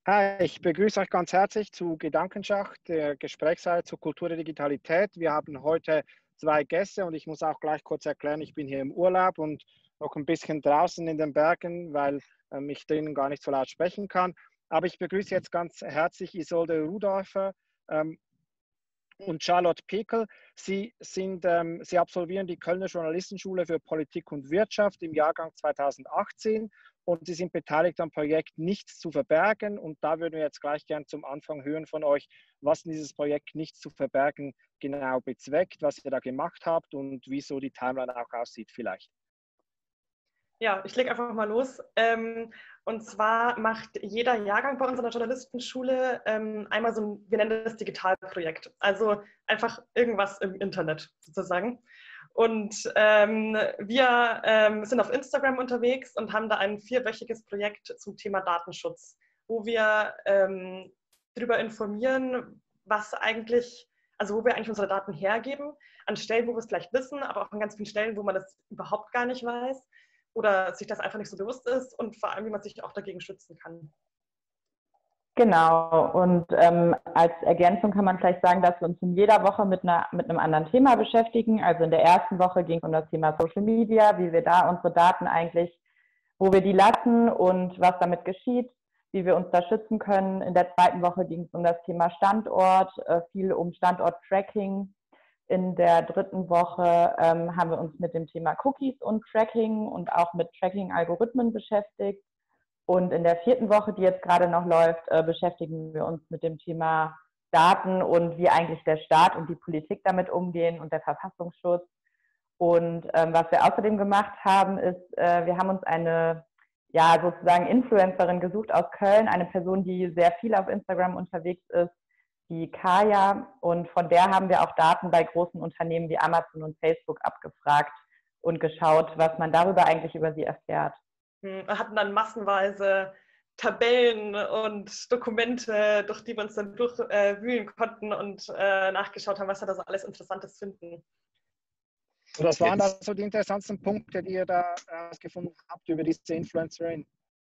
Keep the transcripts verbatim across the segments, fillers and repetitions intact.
Hi, ich begrüße euch ganz herzlich zu Gedankenschacht, der Gesprächsreihe zur Kultur der Digitalität. Wir haben heute zwei Gäste und ich muss auch gleich kurz erklären, ich bin hier im Urlaub und noch ein bisschen draußen in den Bergen, weil ähm, ich drinnen gar nicht so laut sprechen kann. Aber ich begrüße jetzt ganz herzlich Isolde Rudorfer ähm, und Charlotte Pekel. Sie, sind, ähm, Sie absolvieren die Kölner Journalistenschule für Politik und Wirtschaft im Jahrgang zweitausendachtzehn und Sie sind beteiligt am Projekt Nichts zu verbergen. Und da würden wir jetzt gleich gern zum Anfang hören von euch, was dieses Projekt Nichts zu verbergen genau bezweckt, was ihr da gemacht habt und wieso die Timeline auch aussieht vielleicht. Ja, ich lege einfach mal los. Ähm, und zwar macht jeder Jahrgang bei uns an der Journalistenschule ähm, einmal so ein, wir nennen das Digitalprojekt. Also einfach irgendwas im Internet sozusagen. Und ähm, wir ähm, sind auf Instagram unterwegs und haben da ein vierwöchiges Projekt zum Thema Datenschutz, wo wir ähm, darüber informieren, was eigentlich, also wo wir eigentlich unsere Daten hergeben, an Stellen, wo wir es vielleicht wissen, aber auch an ganz vielen Stellen, wo man das überhaupt gar nicht weiß oder sich das einfach nicht so bewusst ist und vor allem, wie man sich auch dagegen schützen kann. Genau, und ähm, als Ergänzung kann man vielleicht sagen, dass wir uns in jeder Woche mit, einer, mit einem anderen Thema beschäftigen. Also in der ersten Woche ging es um das Thema Social Media, wie wir da unsere Daten eigentlich, wo wir die lassen und was damit geschieht, wie wir uns da schützen können. In der zweiten Woche ging es um das Thema Standort, äh, viel um Standort-Tracking. In der dritten Woche ähm, haben wir uns mit dem Thema Cookies und Tracking und auch mit Tracking-Algorithmen beschäftigt. Und in der vierten Woche, die jetzt gerade noch läuft, äh, beschäftigen wir uns mit dem Thema Daten und wie eigentlich der Staat und die Politik damit umgehen und der Verfassungsschutz. Und ähm, was wir außerdem gemacht haben, ist, äh, wir haben uns eine, ja, sozusagen Influencerin gesucht aus Köln, eine Person, die sehr viel auf Instagram unterwegs ist, die Kaya, und von der haben wir auch Daten bei großen Unternehmen wie Amazon und Facebook abgefragt und geschaut, was man darüber eigentlich über sie erfährt. Wir hatten dann massenweise Tabellen und Dokumente, durch die wir uns dann durchwühlen äh, konnten und äh, nachgeschaut haben, was wir da so alles Interessantes finden. Und was waren da so die interessantesten Punkte, die ihr da herausgefunden habt über diese Influencerin?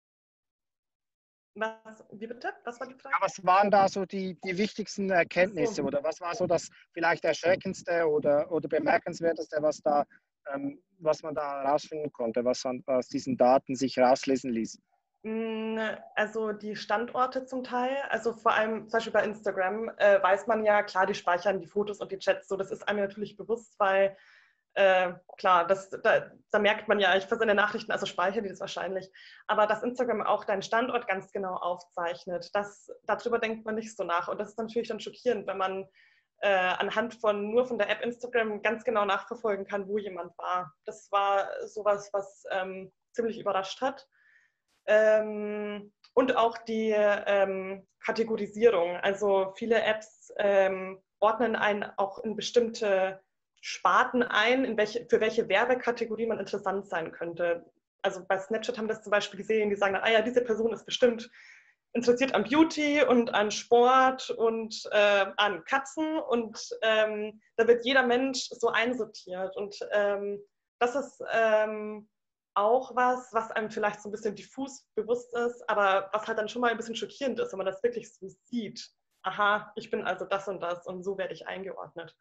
Was, wie bitte? Was war die Frage? Ja, was waren da so die, die wichtigsten Erkenntnisse so. Oder was war so das vielleicht erschreckendste oder, oder bemerkenswerteste, was, da, ähm, was man da herausfinden konnte, was an, aus diesen Daten sich rauslesen ließ? Also die Standorte zum Teil, also vor allem zum Beispiel bei Instagram äh, weiß man ja, klar, die speichern die Fotos und die Chats, so, das ist einem natürlich bewusst, weil Äh, klar, das, da, da merkt man ja, ich versende Nachrichten, also speichere die das wahrscheinlich. Aber dass Instagram auch deinen Standort ganz genau aufzeichnet, das, darüber denkt man nicht so nach. Und das ist natürlich dann schockierend, wenn man äh, anhand von nur von der App Instagram ganz genau nachverfolgen kann, wo jemand war. Das war sowas, was ähm, ziemlich überrascht hat. Ähm, und auch die ähm, Kategorisierung. Also viele Apps ähm, ordnen einen auch in bestimmte Sparten ein, in welche, für welche Werbekategorie man interessant sein könnte. Also bei Snapchat haben wir das zum Beispiel gesehen, die sagen dann, ah ja, diese Person ist bestimmt interessiert an Beauty und an Sport und äh, an Katzen und ähm, da wird jeder Mensch so einsortiert und ähm, das ist ähm, auch was, was einem vielleicht so ein bisschen diffus bewusst ist, aber was halt dann schon mal ein bisschen schockierend ist, wenn man das wirklich so sieht. Aha, ich bin also das und das und so werde ich eingeordnet.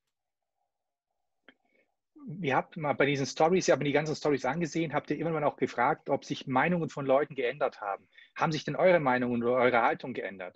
Ihr habt mal bei diesen Stories, ihr habt mir die ganzen Stories angesehen, habt ihr immer mal auch gefragt, ob sich Meinungen von Leuten geändert haben. Haben sich denn eure Meinungen oder eure Haltung geändert?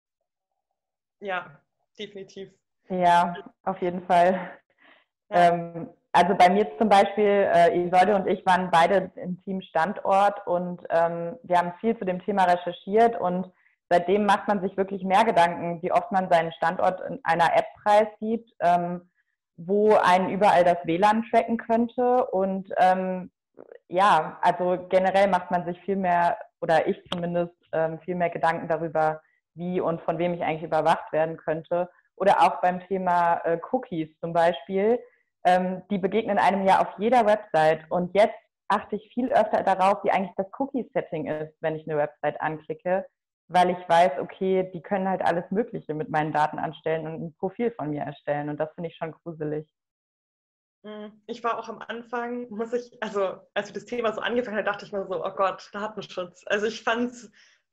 Ja, definitiv. Ja, auf jeden Fall. Ja. Ähm, also bei mir zum Beispiel, äh, Isolde und ich waren beide im Team Standort und ähm, wir haben viel zu dem Thema recherchiert und seitdem macht man sich wirklich mehr Gedanken, wie oft man seinen Standort in einer App preisgibt, ähm, wo einen überall das W L A N tracken könnte. Und ähm, ja, also generell macht man sich viel mehr, oder ich zumindest, ähm, viel mehr Gedanken darüber, wie und von wem ich eigentlich überwacht werden könnte. Oder auch beim Thema äh, Cookies zum Beispiel. Ähm, die begegnen einem ja auf jeder Website. Und jetzt achte ich viel öfter darauf, wie eigentlich das Cookie-Setting ist, wenn ich eine Website anklicke, weil ich weiß, okay, die können halt alles Mögliche mit meinen Daten anstellen und ein Profil von mir erstellen. Und das finde ich schon gruselig. Ich war auch am Anfang, muss ich, also als wir das Thema so angefangen haben, dachte ich mir so, oh Gott, Datenschutz. Also ich fand es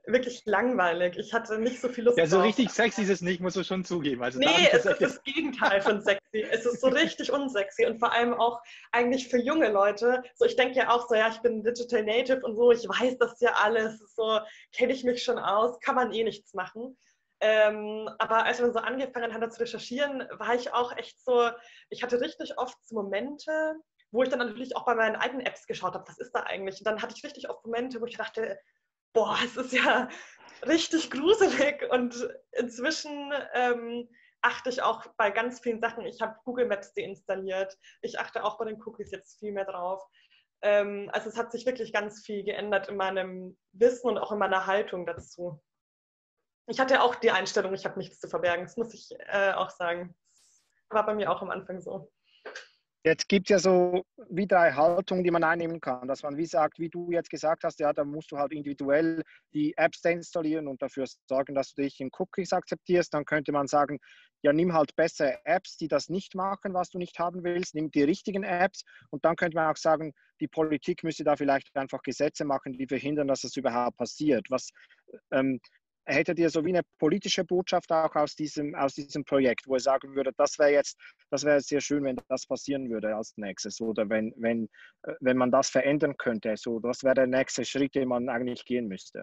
wirklich langweilig. Ich hatte nicht so viel Lust Ja, so drauf. richtig sexy ist es nicht, musst du schon zugeben. Also nee, es ist das Gegenteil von sexy. Es ist so richtig unsexy und vor allem auch eigentlich für junge Leute. So, ich denke ja auch so, ja, ich bin Digital Native und so, ich weiß das ja alles, so kenne ich mich schon aus, kann man eh nichts machen. Ähm, aber als man so angefangen hat zu recherchieren, war ich auch echt so, ich hatte richtig oft so Momente, wo ich dann natürlich auch bei meinen eigenen Apps geschaut habe, was ist da eigentlich? Und dann hatte ich richtig oft Momente, wo ich dachte, boah, es ist ja richtig gruselig. Und inzwischen ähm, achte ich auch bei ganz vielen Sachen. Ich habe Google Maps deinstalliert. Ich achte auch bei den Cookies jetzt viel mehr drauf. Ähm, also es hat sich wirklich ganz viel geändert in meinem Wissen und auch in meiner Haltung dazu. Ich hatte auch die Einstellung, ich habe nichts zu verbergen. Das muss ich äh, auch sagen. Das war bei mir auch am Anfang so. Jetzt gibt es ja so wie drei Haltungen, die man einnehmen kann. Dass man wie sagt, wie du jetzt gesagt hast, ja, da musst du halt individuell die Apps deinstallieren und dafür sorgen, dass du dich in Cookies akzeptierst. Dann könnte man sagen, ja, nimm halt bessere Apps, die das nicht machen, was du nicht haben willst. Nimm die richtigen Apps. Und dann könnte man auch sagen, die Politik müsste da vielleicht einfach Gesetze machen, die verhindern, dass das überhaupt passiert. Was ähm, hättet ihr so wie eine politische Botschaft auch aus diesem, aus diesem Projekt, wo ihr sagen würdet, das wäre jetzt, das wäre sehr schön, wenn das passieren würde als nächstes oder wenn, wenn, wenn man das verändern könnte. So, das wäre der nächste Schritt, den man eigentlich gehen müsste.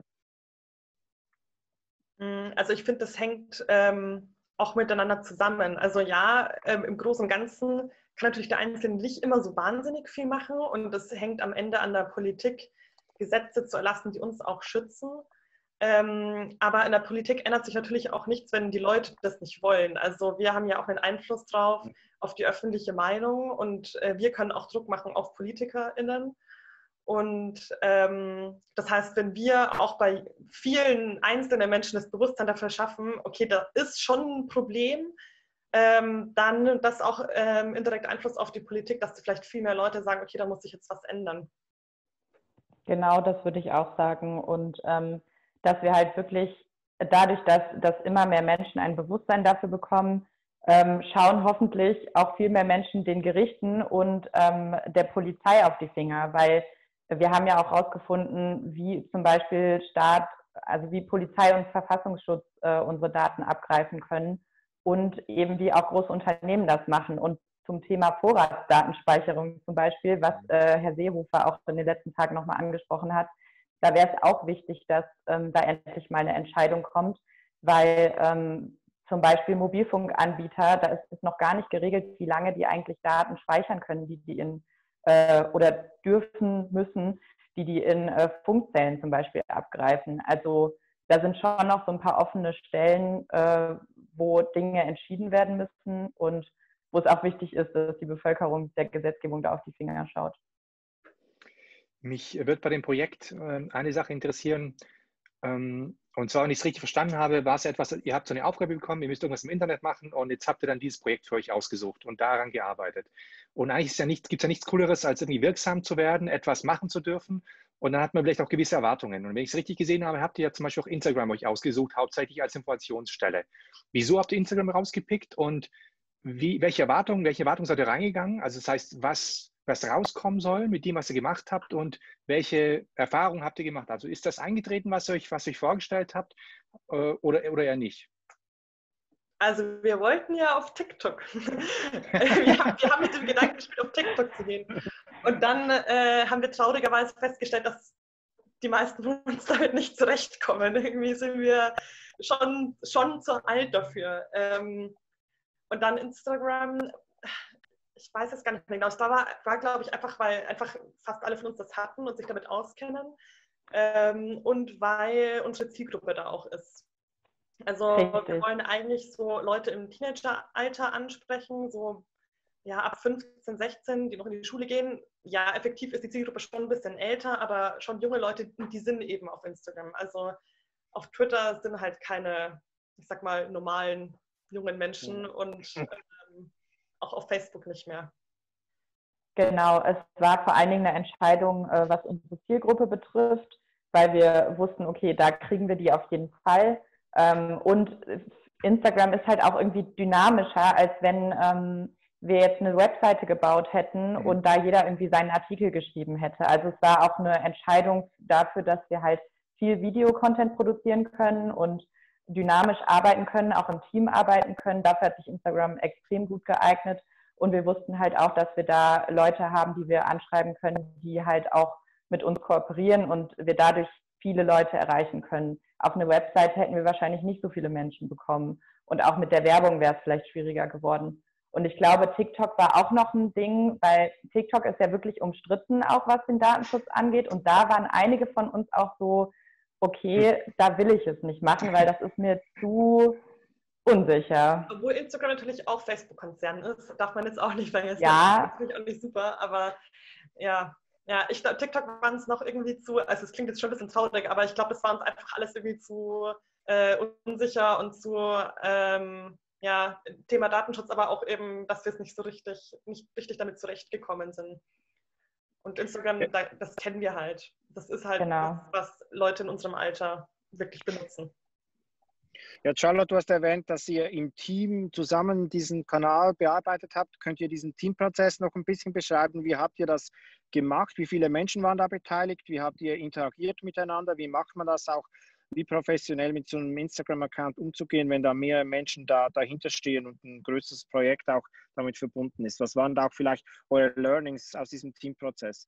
Also ich finde, das hängt ähm, auch miteinander zusammen. Also ja, ähm, im Großen und Ganzen kann natürlich der Einzelne nicht immer so wahnsinnig viel machen und das hängt am Ende an der Politik, Gesetze zu erlassen, die uns auch schützen. Ähm, aber in der Politik ändert sich natürlich auch nichts, wenn die Leute das nicht wollen. Also wir haben ja auch einen Einfluss drauf, auf die öffentliche Meinung und äh, wir können auch Druck machen auf PolitikerInnen. Und ähm, das heißt, wenn wir auch bei vielen einzelnen Menschen das Bewusstsein dafür schaffen, okay, das ist schon ein Problem, ähm, dann das auch ähm, indirekt Einfluss auf die Politik, dass vielleicht viel mehr Leute sagen, okay, da muss sich jetzt was ändern. Genau, das würde ich auch sagen. Und ähm, dass wir halt wirklich dadurch, dass, dass immer mehr Menschen ein Bewusstsein dafür bekommen, ähm, schauen hoffentlich auch viel mehr Menschen den Gerichten und ähm, der Polizei auf die Finger, weil wir haben ja auch herausgefunden, wie zum Beispiel Staat, also wie Polizei und Verfassungsschutz äh, unsere Daten abgreifen können und eben wie auch große Unternehmen das machen. Und zum Thema Vorratsdatenspeicherung zum Beispiel, was äh, Herr Seehofer auch in den letzten Tagen nochmal angesprochen hat, da wäre es auch wichtig, dass ähm, da endlich mal eine Entscheidung kommt, weil ähm, zum Beispiel Mobilfunkanbieter, da ist es noch gar nicht geregelt, wie lange die eigentlich Daten speichern können, die die in äh, oder dürfen müssen, die die in äh, Funkzellen zum Beispiel abgreifen. Also da sind schon noch so ein paar offene Stellen, äh, wo Dinge entschieden werden müssen und wo es auch wichtig ist, dass die Bevölkerung der Gesetzgebung da auf die Finger schaut. Mich wird bei dem Projekt äh, eine Sache interessieren. Ähm, und zwar, wenn ich es richtig verstanden habe, war es etwas, ihr habt so eine Aufgabe bekommen, ihr müsst irgendwas im Internet machen und jetzt habt ihr dann dieses Projekt für euch ausgesucht und daran gearbeitet. Und eigentlich ja gibt es ja nichts Cooleres, als irgendwie wirksam zu werden, etwas machen zu dürfen. Und dann hat man vielleicht auch gewisse Erwartungen. Und wenn ich es richtig gesehen habe, habt ihr ja zum Beispiel auch Instagram euch ausgesucht, hauptsächlich als Informationsstelle. Wieso habt ihr Instagram rausgepickt und wie, welche Erwartungen, welche Erwartungen seid ihr reingegangen? Also das heißt, was was rauskommen soll mit dem, was ihr gemacht habt und welche Erfahrungen habt ihr gemacht? Also ist das eingetreten, was ihr euch, was ihr euch vorgestellt habt oder, oder eher nicht? Also wir wollten ja auf TikTok. wir, haben, wir haben mit dem Gedanken gespielt, auf TikTok zu gehen. Und dann äh, haben wir traurigerweise festgestellt, dass die meisten von uns damit nicht zurechtkommen. Irgendwie sind wir schon, schon zu alt dafür. Ähm, und dann Instagram, ich weiß es gar nicht mehr genau. Es war, war glaube ich, einfach, weil einfach fast alle von uns das hatten und sich damit auskennen. Ähm, und weil unsere Zielgruppe da auch ist. Also Richtig. Wir wollen eigentlich so Leute im Teenageralter ansprechen, so ja, ab fünfzehn, sechzehn, die noch in die Schule gehen. Ja, effektiv ist die Zielgruppe schon ein bisschen älter, aber schon junge Leute, die sind eben auf Instagram. Also auf Twitter sind halt keine, ich sag mal, normalen jungen Menschen und ähm, auch auf Facebook nicht mehr. Genau, es war vor allen Dingen eine Entscheidung, was unsere Zielgruppe betrifft, weil wir wussten, okay, da kriegen wir die auf jeden Fall. Und Instagram ist halt auch irgendwie dynamischer, als wenn wir jetzt eine Webseite gebaut hätten mhm. und da jeder irgendwie seinen Artikel geschrieben hätte. Also es war auch eine Entscheidung dafür, dass wir halt viel Video-Content produzieren können und dynamisch arbeiten können, auch im Team arbeiten können. Dafür hat sich Instagram extrem gut geeignet. Und wir wussten halt auch, dass wir da Leute haben, die wir anschreiben können, die halt auch mit uns kooperieren und wir dadurch viele Leute erreichen können. Auf eine Website hätten wir wahrscheinlich nicht so viele Menschen bekommen. Und auch mit der Werbung wäre es vielleicht schwieriger geworden. Und ich glaube, TikTok war auch noch ein Ding, weil TikTok ist ja wirklich umstritten, auch was den Datenschutz angeht. Und da waren einige von uns auch so, okay, da will ich es nicht machen, weil das ist mir zu unsicher. Obwohl Instagram natürlich auch Facebook-Konzern ist, darf man jetzt auch nicht vergessen. Ja. Das ist natürlich auch nicht super, aber ja. Ja, ich glaube, TikTok war uns noch irgendwie zu, also es klingt jetzt schon ein bisschen traurig, aber ich glaube, es war uns einfach alles irgendwie zu äh, unsicher und zu, ähm, ja, Thema Datenschutz, aber auch eben, dass wir es nicht so richtig, nicht richtig damit zurechtgekommen sind. Und Instagram, ja. Das kennen wir halt. Das ist halt genau. das, was Leute in unserem Alter wirklich benutzen. Ja, Charlotte, du hast erwähnt, dass ihr im Team zusammen diesen Kanal bearbeitet habt. Könnt ihr diesen Teamprozess noch ein bisschen beschreiben? Wie habt ihr das gemacht? Wie viele Menschen waren da beteiligt? Wie habt ihr interagiert miteinander? Wie macht man das auch? Wie professionell mit so einem Instagram-Account umzugehen, wenn da mehr Menschen da dahinter stehen und ein größeres Projekt auch damit verbunden ist? Was waren da auch vielleicht eure Learnings aus diesem Teamprozess?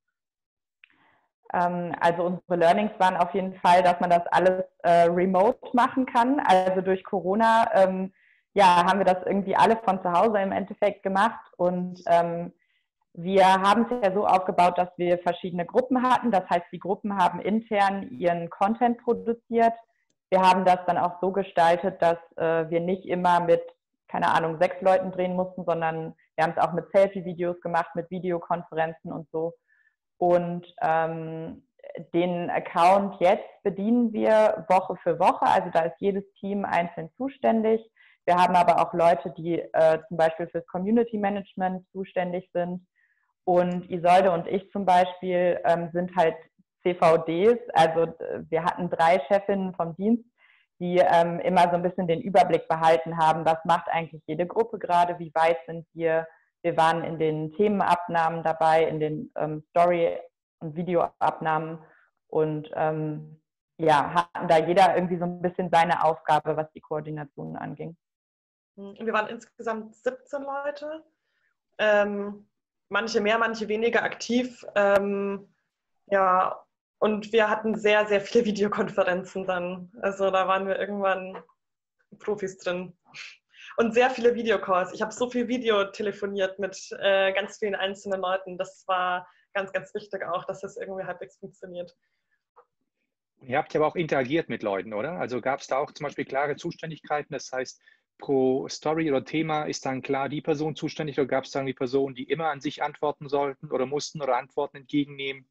Also unsere Learnings waren auf jeden Fall, dass man das alles äh, remote machen kann. Also durch Corona ähm, ja, haben wir das irgendwie alle von zu Hause im Endeffekt gemacht. Und ähm, wir haben es ja so aufgebaut, dass wir verschiedene Gruppen hatten. Das heißt, die Gruppen haben intern ihren Content produziert. Wir haben das dann auch so gestaltet, dass äh, wir nicht immer mit, keine Ahnung, sechs Leuten drehen mussten, sondern wir haben es auch mit Selfie-Videos gemacht, mit Videokonferenzen und so. Und ähm, den Account jetzt bedienen wir Woche für Woche, also da ist jedes Team einzeln zuständig. Wir haben aber auch Leute, die äh, zum Beispiel fürs Community Management zuständig sind. Und Isolde und ich zum Beispiel ähm, sind halt C V Ds, also wir hatten drei Chefinnen vom Dienst, die ähm, immer so ein bisschen den Überblick behalten haben, was macht eigentlich jede Gruppe gerade, wie weit sind wir. Wir waren in den Themenabnahmen dabei, in den ähm, Story- und Videoabnahmen und ähm, ja, hatten da jeder irgendwie so ein bisschen seine Aufgabe, was die Koordination anging. Wir waren insgesamt siebzehn Leute, ähm, manche mehr, manche weniger aktiv. Ähm, ja, und wir hatten sehr, sehr viele Videokonferenzen dann. Also da waren wir irgendwann Profis drin. Und sehr viele Videocalls. Ich habe so viel Video telefoniert mit äh, ganz vielen einzelnen Leuten. Das war ganz, ganz wichtig auch, dass das irgendwie halbwegs funktioniert. Ihr habt ja aber auch interagiert mit Leuten, oder? Also gab es da auch zum Beispiel klare Zuständigkeiten? Das heißt, pro Story oder Thema ist dann klar die Person zuständig oder gab es dann die Personen, die immer an sich antworten sollten oder mussten oder Antworten entgegennehmen?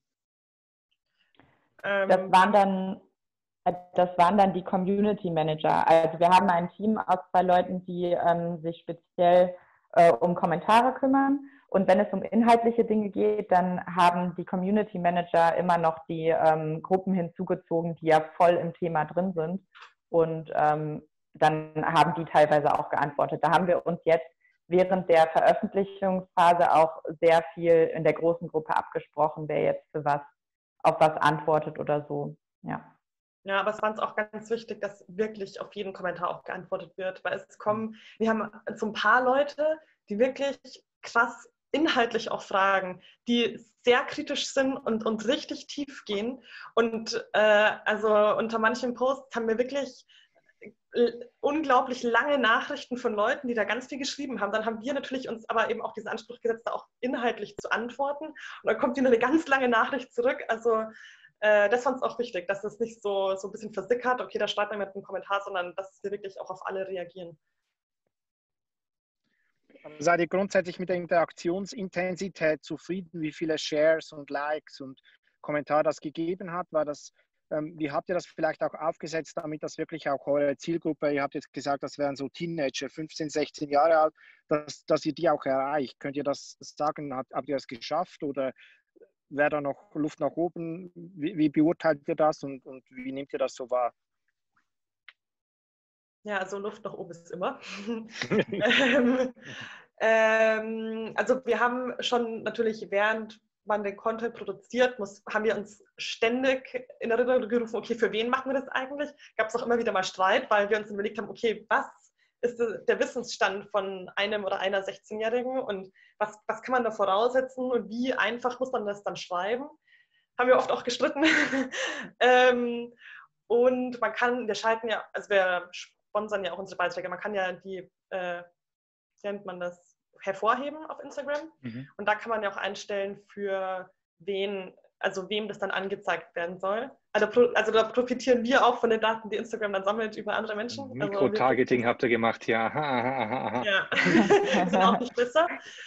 Das waren dann Das waren dann die Community Manager. Also wir haben ein Team aus zwei Leuten, die ähm, sich speziell äh, um Kommentare kümmern. Und wenn es um inhaltliche Dinge geht, dann haben die Community Manager immer noch die ähm, Gruppen hinzugezogen, die ja voll im Thema drin sind. Und ähm, dann haben die teilweise auch geantwortet. Da haben wir uns jetzt während der Veröffentlichungsphase auch sehr viel in der großen Gruppe abgesprochen, wer jetzt für was auf was antwortet oder so. Ja. Ja, aber es war uns auch ganz wichtig, dass wirklich auf jeden Kommentar auch geantwortet wird, weil es kommen, wir haben so ein paar Leute, die wirklich krass inhaltlich auch fragen, die sehr kritisch sind und, und richtig tief gehen. Und äh, also unter manchen Posts haben wir wirklich unglaublich lange Nachrichten von Leuten, die da ganz viel geschrieben haben. Dann haben wir natürlich uns aber eben auch diesen Anspruch gesetzt, da auch inhaltlich zu antworten. Und dann kommt wieder eine ganz lange Nachricht zurück. Also das fand es auch wichtig, dass es nicht so, so ein bisschen versickert, okay, da schreibt man mit einem Kommentar, sondern dass wir wirklich auch auf alle reagieren. Seid ihr grundsätzlich mit der Interaktionsintensität zufrieden, wie viele Shares und Likes und Kommentare das gegeben hat? War das, ähm, wie habt ihr das vielleicht auch aufgesetzt, damit das wirklich auch eure Zielgruppe, ihr habt jetzt gesagt, das wären so Teenager, fünfzehn, sechzehn Jahre alt, dass, dass ihr die auch erreicht? Könnt ihr das sagen? Habt, habt ihr das geschafft oder wäre da noch Luft nach oben? Wie, wie beurteilt ihr das und, und wie nehmt ihr das so wahr? Ja, also Luft nach oben ist immer. ähm, ähm, also wir haben schon natürlich während man den Content produziert, muss, haben wir uns ständig in Erinnerung gerufen, okay, für wen machen wir das eigentlich? Gab es auch immer wieder mal Streit, weil wir uns überlegt haben, okay, was ist der Wissensstand von einem oder einer sechzehnjährigen und was, was kann man da voraussetzen und wie einfach muss man das dann schreiben? Haben wir oft auch gestritten. ähm, und man kann, wir schalten ja, also wir sponsern ja auch unsere Beiträge, man kann ja die, äh, wie nennt man das, hervorheben auf Instagram. Mhm. Und da kann man ja auch einstellen, für wen, also wem das dann angezeigt werden soll. Also, also da profitieren wir auch von den Daten, die Instagram dann sammelt über andere Menschen. Mikrotargeting also habt ihr gemacht, ja. Ja, sind auch nicht besser.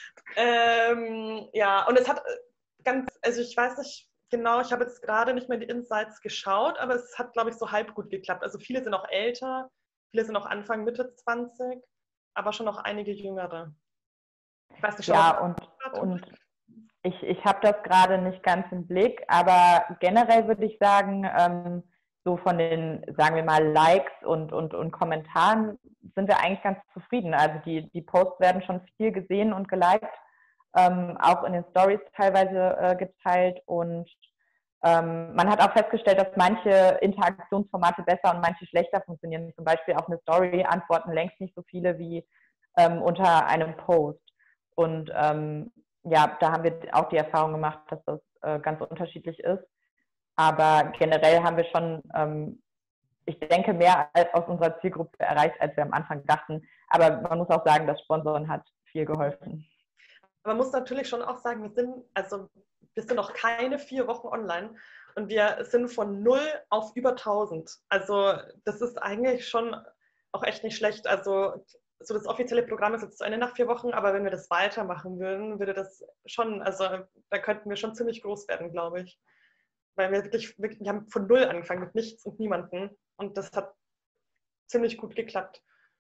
Ähm, ja, und es hat ganz, also ich weiß nicht genau, ich habe jetzt gerade nicht mehr die Insights geschaut, aber es hat, glaube ich, so halb gut geklappt. Also viele sind auch älter, viele sind auch Anfang, Mitte zwanzig, aber schon noch einige Jüngere. Ich weiß nicht, ja, und, und ich, ich habe das gerade nicht ganz im Blick, aber generell würde ich sagen, ähm, so von den, sagen wir mal, Likes und, und, und Kommentaren sind wir eigentlich ganz zufrieden. Also die, die Posts werden schon viel gesehen und geliked, ähm, auch in den Stories teilweise äh, geteilt und ähm, man hat auch festgestellt, dass manche Interaktionsformate besser und manche schlechter funktionieren. Zum Beispiel auf eine Story antworten längst nicht so viele wie ähm, unter einem Post. Und ähm, ja, da haben wir auch die Erfahrung gemacht, dass das äh, ganz unterschiedlich ist. Aber generell haben wir schon, ähm, ich denke, mehr als aus unserer Zielgruppe erreicht, als wir am Anfang dachten. Aber man muss auch sagen, das Sponsoren hat viel geholfen. Man muss natürlich schon auch sagen, wir sind, also wir sind noch keine vier Wochen online und wir sind von null auf über tausend. Also das ist eigentlich schon auch echt nicht schlecht. Also so das offizielle Programm ist jetzt zu Ende nach vier Wochen, aber wenn wir das weitermachen würden, würde das schon, also da könnten wir schon ziemlich groß werden, glaube ich. Weil wir wirklich, wirklich, wir haben von null angefangen mit nichts und niemanden und das hat ziemlich gut geklappt.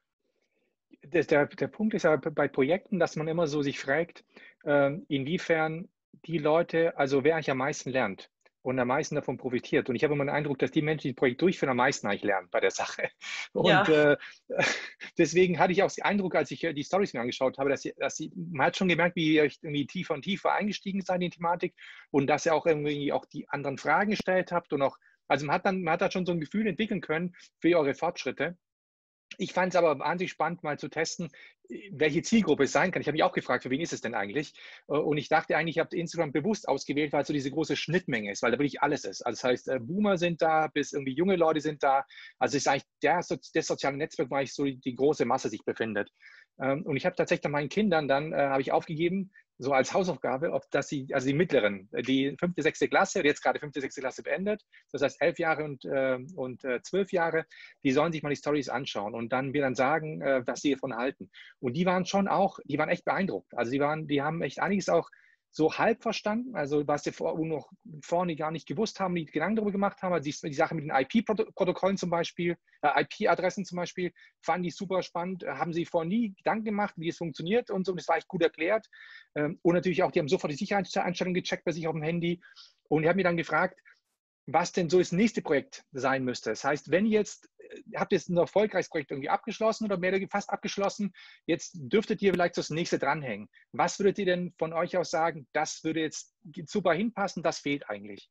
Der, der Punkt ist ja bei Projekten, dass man immer so sich fragt, inwiefern die Leute, also wer eigentlich am meisten lernt und am meisten davon profitiert. Und ich habe immer den Eindruck, dass die Menschen, die das Projekt durchführen, am meisten eigentlich lernen bei der Sache. Und ja. äh, deswegen hatte ich auch den Eindruck, als ich die Storys mir angeschaut habe, dass, sie, dass sie, man hat schon gemerkt, wie ihr irgendwie tiefer und tiefer eingestiegen seid in die Thematik und dass ihr auch irgendwie auch die anderen Fragen gestellt habt und auch, also man hat dann, man hat da schon so ein Gefühl entwickeln können für eure Fortschritte. Ich fand es aber wahnsinnig spannend, mal zu testen, welche Zielgruppe es sein kann. Ich habe mich auch gefragt, für wen ist es denn eigentlich? Und ich dachte eigentlich, ich habe Instagram bewusst ausgewählt, weil es so diese große Schnittmenge ist, weil da wirklich alles ist. Also das heißt, Boomer sind da, bis irgendwie junge Leute sind da. Also es ist eigentlich der, das soziale Netzwerk, wo eigentlich so die, die große Masse sich befindet. Und ich habe tatsächlich meinen Kindern dann, äh, habe ich aufgegeben, so als Hausaufgabe, ob dass sie, also die Mittleren, die fünfte, sechste Klasse, jetzt gerade fünfte, sechste Klasse beendet, das heißt elf Jahre und, äh, und äh, zwölf Jahre, die sollen sich mal die Storys anschauen und dann mir dann sagen, äh, was sie davon halten. Und die waren schon auch, die waren echt beeindruckt. Also die waren, die haben echt einiges auch so halb verstanden, also was sie vor, noch vorne gar nicht gewusst haben, die Gedanken darüber gemacht haben, also die, die Sache mit den I P-Protokollen zum Beispiel, äh, I P-Adressen zum Beispiel, fanden die super spannend, haben sie vorher nie Gedanken gemacht, wie es funktioniert und so, und das war echt gut erklärt. Ähm, und natürlich auch, die haben sofort die Sicherheitseinstellungen gecheckt bei sich auf dem Handy und ich habe mich dann gefragt, was denn so das nächste Projekt sein müsste. Das heißt, wenn ihr jetzt, habt ihr jetzt ein erfolgreiches Projekt irgendwie abgeschlossen oder mehr oder fast abgeschlossen, jetzt dürftet ihr vielleicht das nächste dranhängen. Was würdet ihr denn von euch aus sagen, das würde jetzt super hinpassen, das fehlt eigentlich?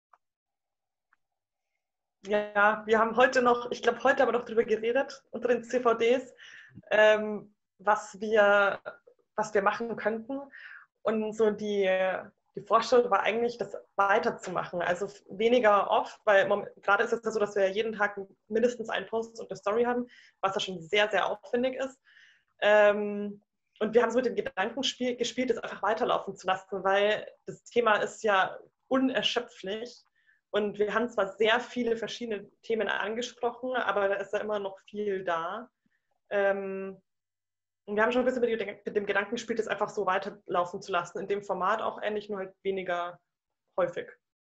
Ja, wir haben heute noch, ich glaube, heute haben wir noch darüber geredet, unter den C V Ds, ähm, was wir, was wir machen könnten. Und so die, die Vorstellung war eigentlich, das weiterzumachen. Also weniger oft, weil gerade ist es ja so, dass wir jeden Tag mindestens einen Post und eine Story haben, was ja schon sehr, sehr aufwendig ist. Ähm, und wir haben so mit dem Gedanken gespielt, das einfach weiterlaufen zu lassen, weil das Thema ist ja unerschöpflich. Und wir haben zwar sehr viele verschiedene Themen angesprochen, aber da ist ja immer noch viel da. Ähm, und wir haben schon ein bisschen mit dem Gedanken gespielt, das einfach so weiterlaufen zu lassen, in dem Format auch ähnlich, nur halt weniger häufig.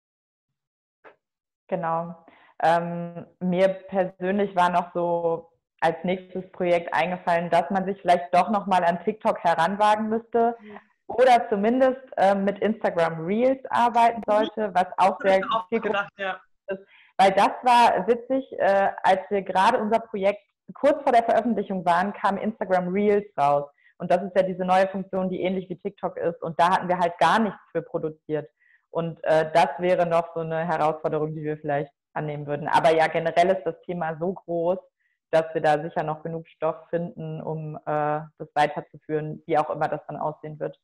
Genau. Ähm, mir persönlich war noch so als nächstes Projekt eingefallen, dass man sich vielleicht doch nochmal an TikTok heranwagen müsste. Mhm. Oder zumindest äh, mit Instagram Reels arbeiten sollte, was auch sehr auch viel gedacht, ja. ist. Weil das war witzig, äh, als wir gerade unser Projekt kurz vor der Veröffentlichung waren, kam Instagram Reels raus. Und das ist ja diese neue Funktion, die ähnlich wie TikTok ist. Und da hatten wir halt gar nichts für produziert. Und äh, das wäre noch so eine Herausforderung, die wir vielleicht annehmen würden. Aber ja, generell ist das Thema so groß, dass wir da sicher noch genug Stoff finden, um äh, das weiterzuführen, wie auch immer das dann aussehen wird.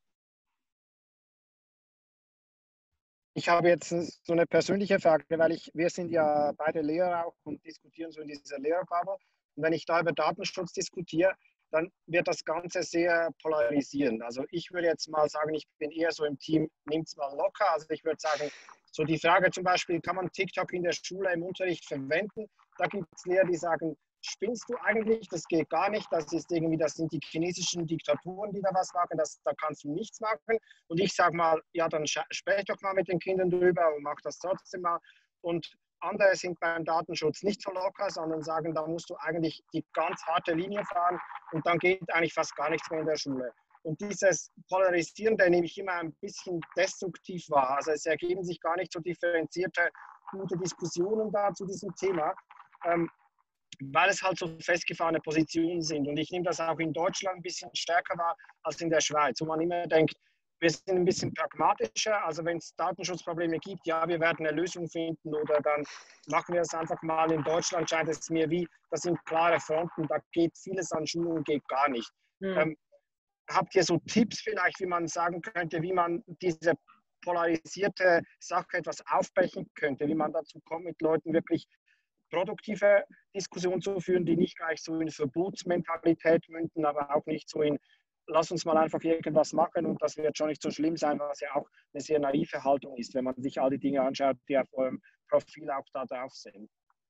Ich habe jetzt so eine persönliche Frage, weil ich, wir sind ja beide Lehrer auch und diskutieren so in dieser Lehrerbubble. Und wenn ich da über Datenschutz diskutiere, dann wird das Ganze sehr polarisierend. Also ich würde jetzt mal sagen, ich bin eher so im Team, nimmt es mal locker. Also ich würde sagen, so die Frage zum Beispiel, kann man TikTok in der Schule im Unterricht verwenden? Da gibt es Lehrer, die sagen, spinnst du eigentlich? Das geht gar nicht. Das ist irgendwie, das sind die chinesischen Diktaturen, die da was machen. Das, da kannst du nichts machen. Und ich sage mal, ja, dann spreche doch mal mit den Kindern drüber und mach das trotzdem mal. Und andere sind beim Datenschutz nicht so locker, sondern sagen, da musst du eigentlich die ganz harte Linie fahren und dann geht eigentlich fast gar nichts mehr in der Schule. Und dieses Polarisierende nehme ich immer ein bisschen destruktiv wahr. Also es ergeben sich gar nicht so differenzierte, gute Diskussionen da zu diesem Thema. Ähm, weil es halt so festgefahrene Positionen sind. Und ich nehme das auch in Deutschland ein bisschen stärker wahr als in der Schweiz, wo man immer denkt, wir sind ein bisschen pragmatischer. Also wenn es Datenschutzprobleme gibt, ja, wir werden eine Lösung finden oder dann machen wir es einfach mal. In Deutschland scheint es mir wie, das sind klare Fronten, da geht vieles an Schulen, geht gar nicht. Mhm. Ähm, habt ihr so Tipps vielleicht, wie man sagen könnte, wie man diese polarisierte Sache etwas aufbrechen könnte, wie man dazu kommt, mit Leuten wirklich produktive Diskussion zu führen, die nicht gleich so in Verbotsmentalität münden, aber auch nicht so in, lass uns mal einfach irgendwas machen und das wird schon nicht so schlimm sein, was ja auch eine sehr naive Haltung ist, wenn man sich all die Dinge anschaut, die auf eurem Profil auch da drauf sind.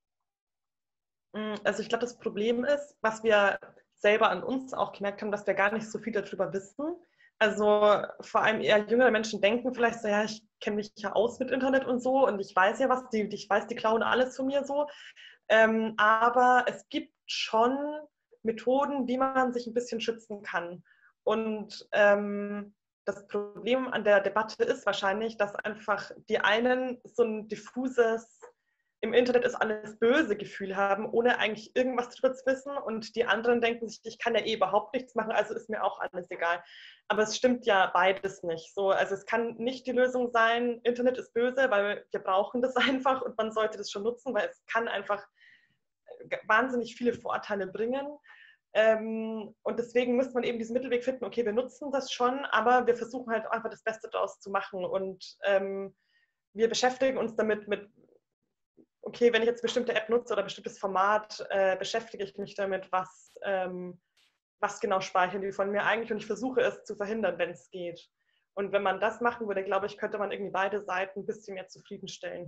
Also ich glaube, das Problem ist, was wir selber an uns auch gemerkt haben, dass wir gar nicht so viel darüber wissen. Also vor allem eher jüngere Menschen denken vielleicht so, ja, ich kenne mich ja aus mit Internet und so und ich weiß ja was, die, ich weiß, die klauen alles von mir so. Ähm, aber es gibt schon Methoden, wie man sich ein bisschen schützen kann. Und ähm, das Problem an der Debatte ist wahrscheinlich, dass einfach die einen so ein diffuses, im Internet ist alles böse Gefühl haben, ohne eigentlich irgendwas darüber zu wissen. Und die anderen denken sich, ich kann ja eh überhaupt nichts machen, also ist mir auch alles egal. Aber es stimmt ja beides nicht. So, also es kann nicht die Lösung sein, Internet ist böse, weil wir brauchen das einfach und man sollte das schon nutzen, weil es kann einfach wahnsinnig viele Vorteile bringen. Ähm, und deswegen muss man eben diesen Mittelweg finden, okay, wir nutzen das schon, aber wir versuchen halt einfach das Beste daraus zu machen. Und ähm, wir beschäftigen uns damit mit, okay, wenn ich jetzt eine bestimmte App nutze oder ein bestimmtes Format, äh, beschäftige ich mich damit, was, ähm, was genau speichern die von mir eigentlich und ich versuche es zu verhindern, wenn es geht. Und wenn man das machen würde, glaube ich, könnte man irgendwie beide Seiten ein bisschen mehr zufriedenstellen.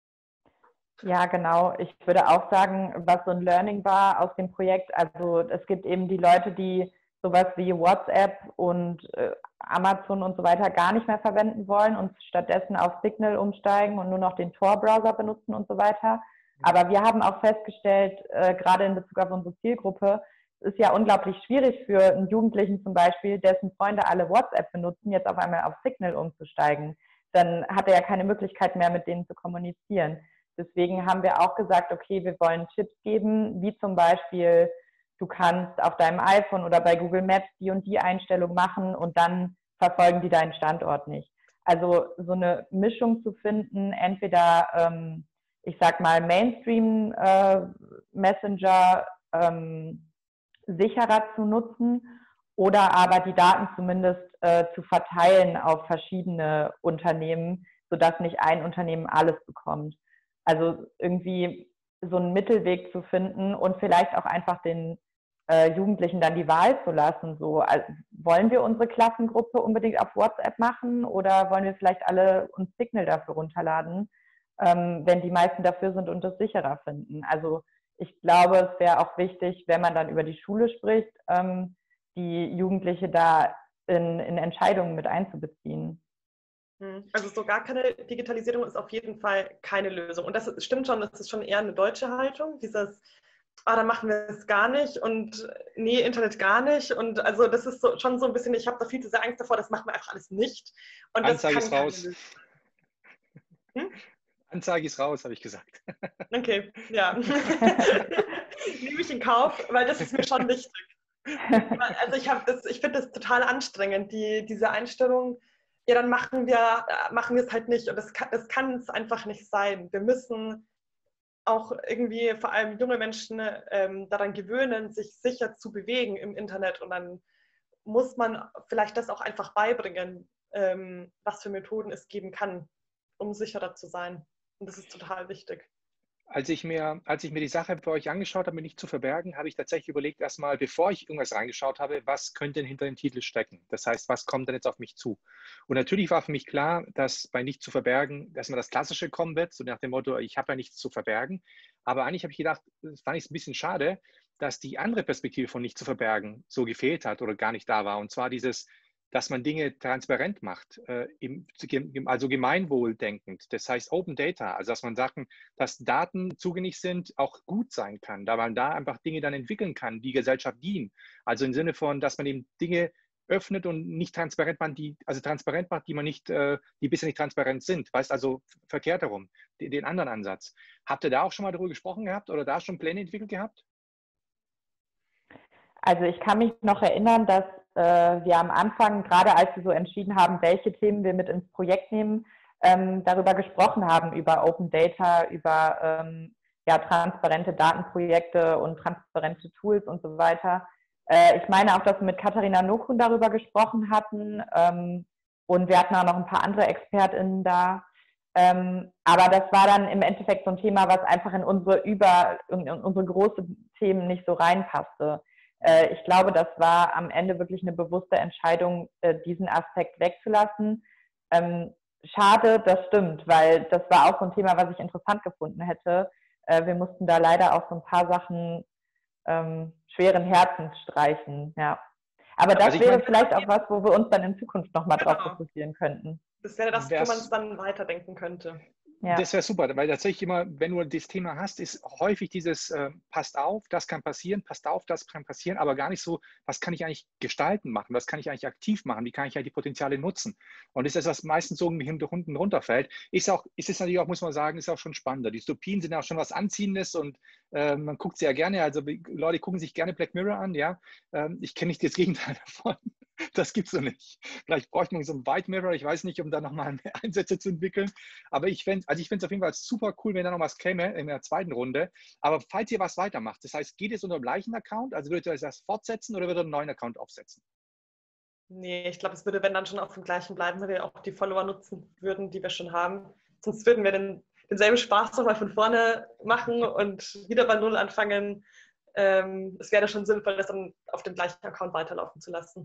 Ja, genau. Ich würde auch sagen, was so ein Learning war aus dem Projekt, also es gibt eben die Leute, die sowas wie WhatsApp und äh, Amazon und so weiter gar nicht mehr verwenden wollen und stattdessen auf Signal umsteigen und nur noch den Tor-Browser benutzen und so weiter. Aber wir haben auch festgestellt, äh, gerade in Bezug auf unsere Zielgruppe, es ist ja unglaublich schwierig für einen Jugendlichen zum Beispiel, dessen Freunde alle WhatsApp benutzen, jetzt auf einmal auf Signal umzusteigen. Dann hat er ja keine Möglichkeit mehr, mit denen zu kommunizieren. Deswegen haben wir auch gesagt, okay, wir wollen Tipps geben, wie zum Beispiel, du kannst auf deinem iPhone oder bei Google Maps die und die Einstellung machen und dann verfolgen die deinen Standort nicht. Also so eine Mischung zu finden, entweder, ähm, ich sag mal, Mainstream-Messenger äh, ähm, sicherer zu nutzen oder aber die Daten zumindest äh, zu verteilen auf verschiedene Unternehmen, sodass nicht ein Unternehmen alles bekommt. Also irgendwie so einen Mittelweg zu finden und vielleicht auch einfach den äh, Jugendlichen dann die Wahl zu lassen. So, also, wollen wir unsere Klassengruppe unbedingt auf WhatsApp machen oder wollen wir vielleicht alle uns Signal dafür runterladen, ähm, wenn die meisten dafür sind und das sicherer finden. Also ich glaube, es wäre auch wichtig, wenn man dann über die Schule spricht, ähm, die Jugendliche da in, in Entscheidungen mit einzubeziehen. Also so gar keine Digitalisierung ist auf jeden Fall keine Lösung. Und das stimmt schon, das ist schon eher eine deutsche Haltung, dieses, ah, dann machen wir es gar nicht und nee, Internet gar nicht. Und also das ist so, schon so ein bisschen, ich habe da viel zu sehr Angst davor, das machen wir einfach alles nicht. Und das Anzeige kann ist raus. Hm? Anzeige ist raus, habe ich gesagt. Okay, ja. Nehme ich in Kauf, weil das ist mir schon wichtig. Also ich habe das, ich finde das total anstrengend, die, diese Einstellung, ja, dann machen wir, machen wir es halt nicht. Und das kann, das kann es einfach nicht sein. Wir müssen auch irgendwie vor allem junge Menschen ähm, daran gewöhnen, sich sicher zu bewegen im Internet. Und dann muss man vielleicht das auch einfach beibringen, ähm, was für Methoden es geben kann, um sicherer zu sein. Und das ist total wichtig. Als ich mir, als ich mir die Sache für euch angeschaut habe, mir nicht zu verbergen, habe ich tatsächlich überlegt, erstmal, bevor ich irgendwas reingeschaut habe, was könnte denn hinter dem Titel stecken? Das heißt, was kommt denn jetzt auf mich zu? Und natürlich war für mich klar, dass bei nicht zu verbergen, dass man das Klassische kommen wird, so nach dem Motto, ich habe ja nichts zu verbergen. Aber eigentlich habe ich gedacht, das fand ich ein bisschen schade, dass die andere Perspektive von nicht zu verbergen so gefehlt hat oder gar nicht da war. Und zwar dieses, dass man Dinge transparent macht, äh, im, also gemeinwohldenkend. Das heißt Open Data, also dass man Sachen, dass Daten zugänglich sind, auch gut sein kann, da man da einfach Dinge dann entwickeln kann, die Gesellschaft dienen. Also im Sinne von, dass man eben Dinge öffnet und nicht transparent macht, die, also transparent macht, die man nicht, äh, die bisher nicht transparent sind. Weißt also verkehrt herum, den, den anderen Ansatz. Habt ihr da auch schon mal darüber gesprochen gehabt oder da schon Pläne entwickelt gehabt? Also ich kann mich noch erinnern, dass äh, wir am Anfang, gerade als wir so entschieden haben, welche Themen wir mit ins Projekt nehmen, ähm, darüber gesprochen haben, über Open Data, über ähm, ja, transparente Datenprojekte und transparente Tools und so weiter. Äh, ich meine auch, dass wir mit Katharina Nokun darüber gesprochen hatten ähm, und wir hatten auch noch ein paar andere ExpertInnen da. Ähm, aber das war dann im Endeffekt so ein Thema, was einfach in unsere, über, in unsere großen Themen nicht so reinpasste. Ich glaube, das war am Ende wirklich eine bewusste Entscheidung, diesen Aspekt wegzulassen. Schade, das stimmt, weil das war auch so ein Thema, was ich interessant gefunden hätte. Wir mussten da leider auch so ein paar Sachen ähm, schweren Herzens streichen. Ja. Aber das also wäre meine, vielleicht auch was, wo wir uns dann in Zukunft nochmal genau. drauf fokussieren könnten. Das wäre das, wo man es dann weiterdenken könnte. Ja. Das wäre super, weil tatsächlich immer, wenn du das Thema hast, ist häufig dieses, äh, passt auf, das kann passieren, passt auf, das kann passieren, aber gar nicht so, was kann ich eigentlich gestalten machen, was kann ich eigentlich aktiv machen, wie kann ich eigentlich die Potenziale nutzen? Und das ist das, was meistens so unten runterfällt. Ist auch, ist es natürlich auch, muss man sagen, ist auch schon spannender. Dystopien sind auch schon was Anziehendes und äh, man guckt sie ja gerne, also Leute gucken sich gerne Black Mirror an, ja. Ähm, ich kenne nicht das Gegenteil davon. Das gibt es so nicht. Vielleicht bräuchte man so einen White Mirror, ich weiß nicht, um da nochmal mehr Einsätze zu entwickeln. Aber ich fände also ich finde es auf jeden Fall super cool, wenn da noch was käme in der zweiten Runde. Aber falls ihr was weitermacht, das heißt, geht es unter dem gleichen Account, also würdet ihr das fortsetzen oder würdet ihr einen neuen Account aufsetzen? Nee, ich glaube, es würde, wenn dann schon auf dem gleichen bleiben, weil wir auch die Follower nutzen würden, die wir schon haben. Sonst würden wir den, denselben Spaß nochmal von vorne machen und wieder bei Null anfangen. Ähm, es wäre schon sinnvoll, das dann auf dem gleichen Account weiterlaufen zu lassen.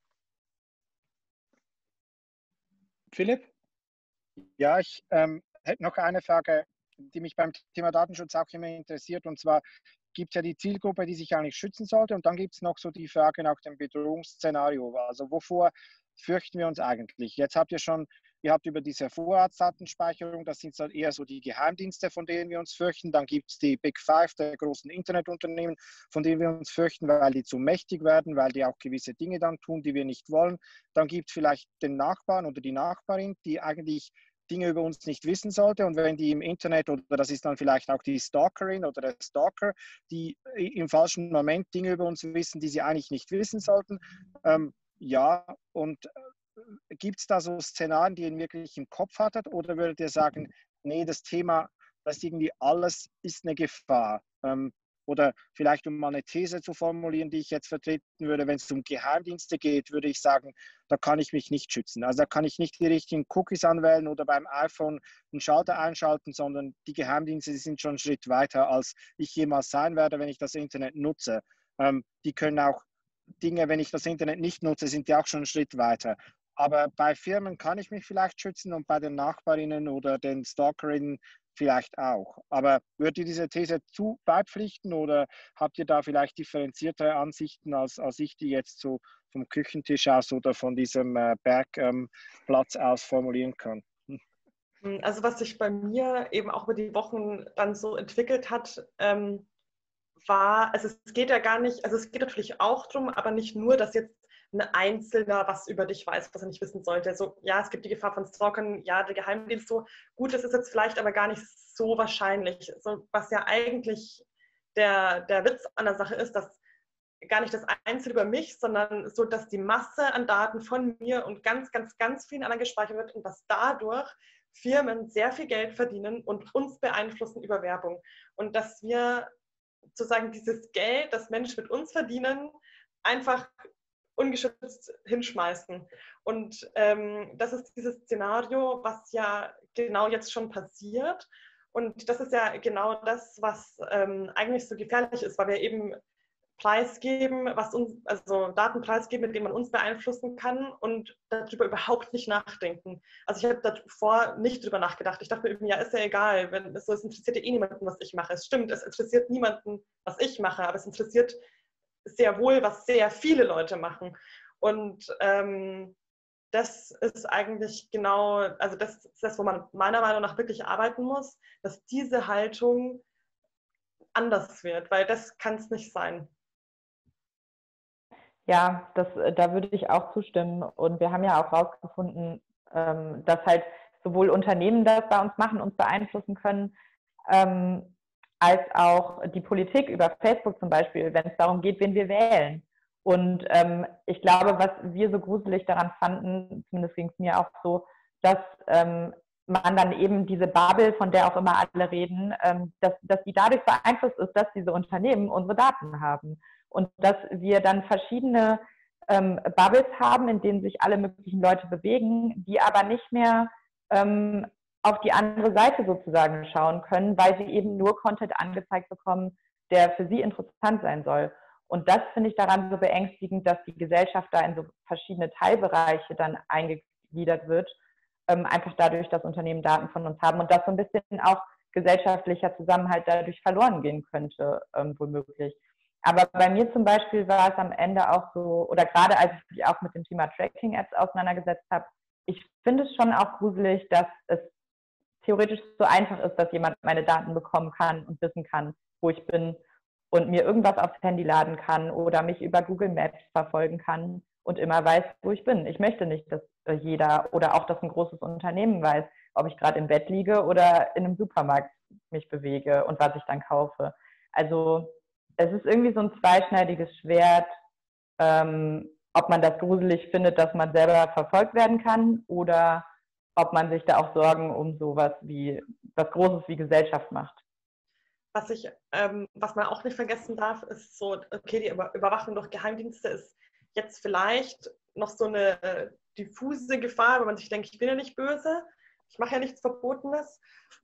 Philipp? Ja, ich ähm, hätte noch eine Frage, die mich beim Thema Datenschutz auch immer interessiert. Und zwar gibt es ja die Zielgruppe, die sich eigentlich schützen sollte. Und dann gibt es noch so die Frage nach dem Bedrohungsszenario. Also wovor fürchten wir uns eigentlich? Jetzt habt ihr schon, ihr habt über diese Vorratsdatenspeicherung, das sind dann eher so die Geheimdienste, von denen wir uns fürchten. Dann gibt es die Big Five der großen Internetunternehmen, von denen wir uns fürchten, weil die zu mächtig werden, weil die auch gewisse Dinge dann tun, die wir nicht wollen. Dann gibt es vielleicht den Nachbarn oder die Nachbarin, die eigentlich Dinge über uns nicht wissen sollte. Und wenn die im Internet, oder das ist dann vielleicht auch die Stalkerin oder der Stalker, die im falschen Moment Dinge über uns wissen, die sie eigentlich nicht wissen sollten. Ähm, ja, und äh, gibt es da so Szenarien, die ihr wirklich im Kopf hattet? Oder würdet ihr sagen, nee, das Thema, das ist irgendwie alles ist eine Gefahr? Ähm, Oder vielleicht, um mal eine These zu formulieren, die ich jetzt vertreten würde, wenn es um Geheimdienste geht, würde ich sagen, da kann ich mich nicht schützen. Also da kann ich nicht die richtigen Cookies anwählen oder beim iPhone einen Schalter einschalten, sondern die Geheimdienste, die sind schon einen Schritt weiter, als ich jemals sein werde, wenn ich das Internet nutze. Ähm, die können auch Dinge, wenn ich das Internet nicht nutze, sind die auch schon einen Schritt weiter. Aber bei Firmen kann ich mich vielleicht schützen und bei den Nachbarinnen oder den Stalkerinnen vielleicht auch. Aber würdet ihr diese These zu beipflichten oder habt ihr da vielleicht differenziertere Ansichten, als, als ich die jetzt so vom Küchentisch aus oder von diesem äh, Bergplatz ähm, aus formulieren kann? Also was sich bei mir eben auch über die Wochen dann so entwickelt hat, ähm, war, also es geht ja gar nicht, also es geht natürlich auch darum, aber nicht nur, dass jetzt ein Einzelner was über dich weiß, was er nicht wissen sollte. So, ja, es gibt die Gefahr von Stalkern, ja, der Geheimdienst so. Gut, das ist jetzt vielleicht aber gar nicht so wahrscheinlich. So, was ja eigentlich der, der Witz an der Sache ist, dass gar nicht das Einzelne über mich, sondern so, dass die Masse an Daten von mir und ganz, ganz, ganz vielen anderen gespeichert wird und dass dadurch Firmen sehr viel Geld verdienen und uns beeinflussen über Werbung. Und dass wir sozusagen dieses Geld, das Menschen mit uns verdienen, einfach ungeschützt hinschmeißen. Und ähm, das ist dieses Szenario, was ja genau jetzt schon passiert. Und das ist ja genau das, was ähm, eigentlich so gefährlich ist, weil wir eben preisgeben, was uns, also Daten preisgeben, mit denen man uns beeinflussen kann und darüber überhaupt nicht nachdenken. Also ich habe davor nicht drüber nachgedacht. Ich dachte mir eben, ja, ist ja egal, wenn es so, es interessiert ja eh niemanden, was ich mache. Es stimmt, es interessiert niemanden, was ich mache, aber es interessiert sehr wohl, was sehr viele Leute machen. Und ähm, das ist eigentlich genau, also das ist das, wo man meiner Meinung nach wirklich arbeiten muss, dass diese Haltung anders wird, weil das kann es nicht sein. Ja, das, da würde ich auch zustimmen. Und wir haben ja auch herausgefunden, ähm, dass halt sowohl Unternehmen das bei uns machen, uns beeinflussen können, ähm, als auch die Politik über Facebook zum Beispiel, wenn es darum geht, wen wir wählen. Und ähm, ich glaube, was wir so gruselig daran fanden, zumindest ging es mir auch so, dass ähm, man dann eben diese Bubble, von der auch immer alle reden, ähm, dass, dass die dadurch beeinflusst ist, dass diese Unternehmen unsere Daten haben. Und dass wir dann verschiedene ähm, Bubbles haben, in denen sich alle möglichen Leute bewegen, die aber nicht mehr ähm, auf die andere Seite sozusagen schauen können, weil sie eben nur Content angezeigt bekommen, der für sie interessant sein soll. Und das finde ich daran so beängstigend, dass die Gesellschaft da in so verschiedene Teilbereiche dann eingegliedert wird, ähm, einfach dadurch, dass Unternehmen Daten von uns haben und dass so ein bisschen auch gesellschaftlicher Zusammenhalt dadurch verloren gehen könnte, ähm, womöglich. Aber bei mir zum Beispiel war es am Ende auch so, oder gerade als ich mich auch mit dem Thema Tracking-Apps auseinandergesetzt habe, ich finde es schon auch gruselig, dass es theoretisch so einfach ist, dass jemand meine Daten bekommen kann und wissen kann, wo ich bin und mir irgendwas aufs Handy laden kann oder mich über Google Maps verfolgen kann und immer weiß, wo ich bin. Ich möchte nicht, dass jeder oder auch, dass ein großes Unternehmen weiß, ob ich gerade im Bett liege oder in einem Supermarkt mich bewege und was ich dann kaufe. Also es ist irgendwie so ein zweischneidiges Schwert, ähm, ob man das gruselig findet, dass man selber verfolgt werden kann oder ob man sich da auch Sorgen um sowas wie was Großes wie Gesellschaft macht. Was, ich, ähm, was man auch nicht vergessen darf, ist so, okay, die Überwachung durch Geheimdienste ist jetzt vielleicht noch so eine äh, diffuse Gefahr, wenn man sich denkt, ich bin ja nicht böse, ich mache ja nichts Verbotenes,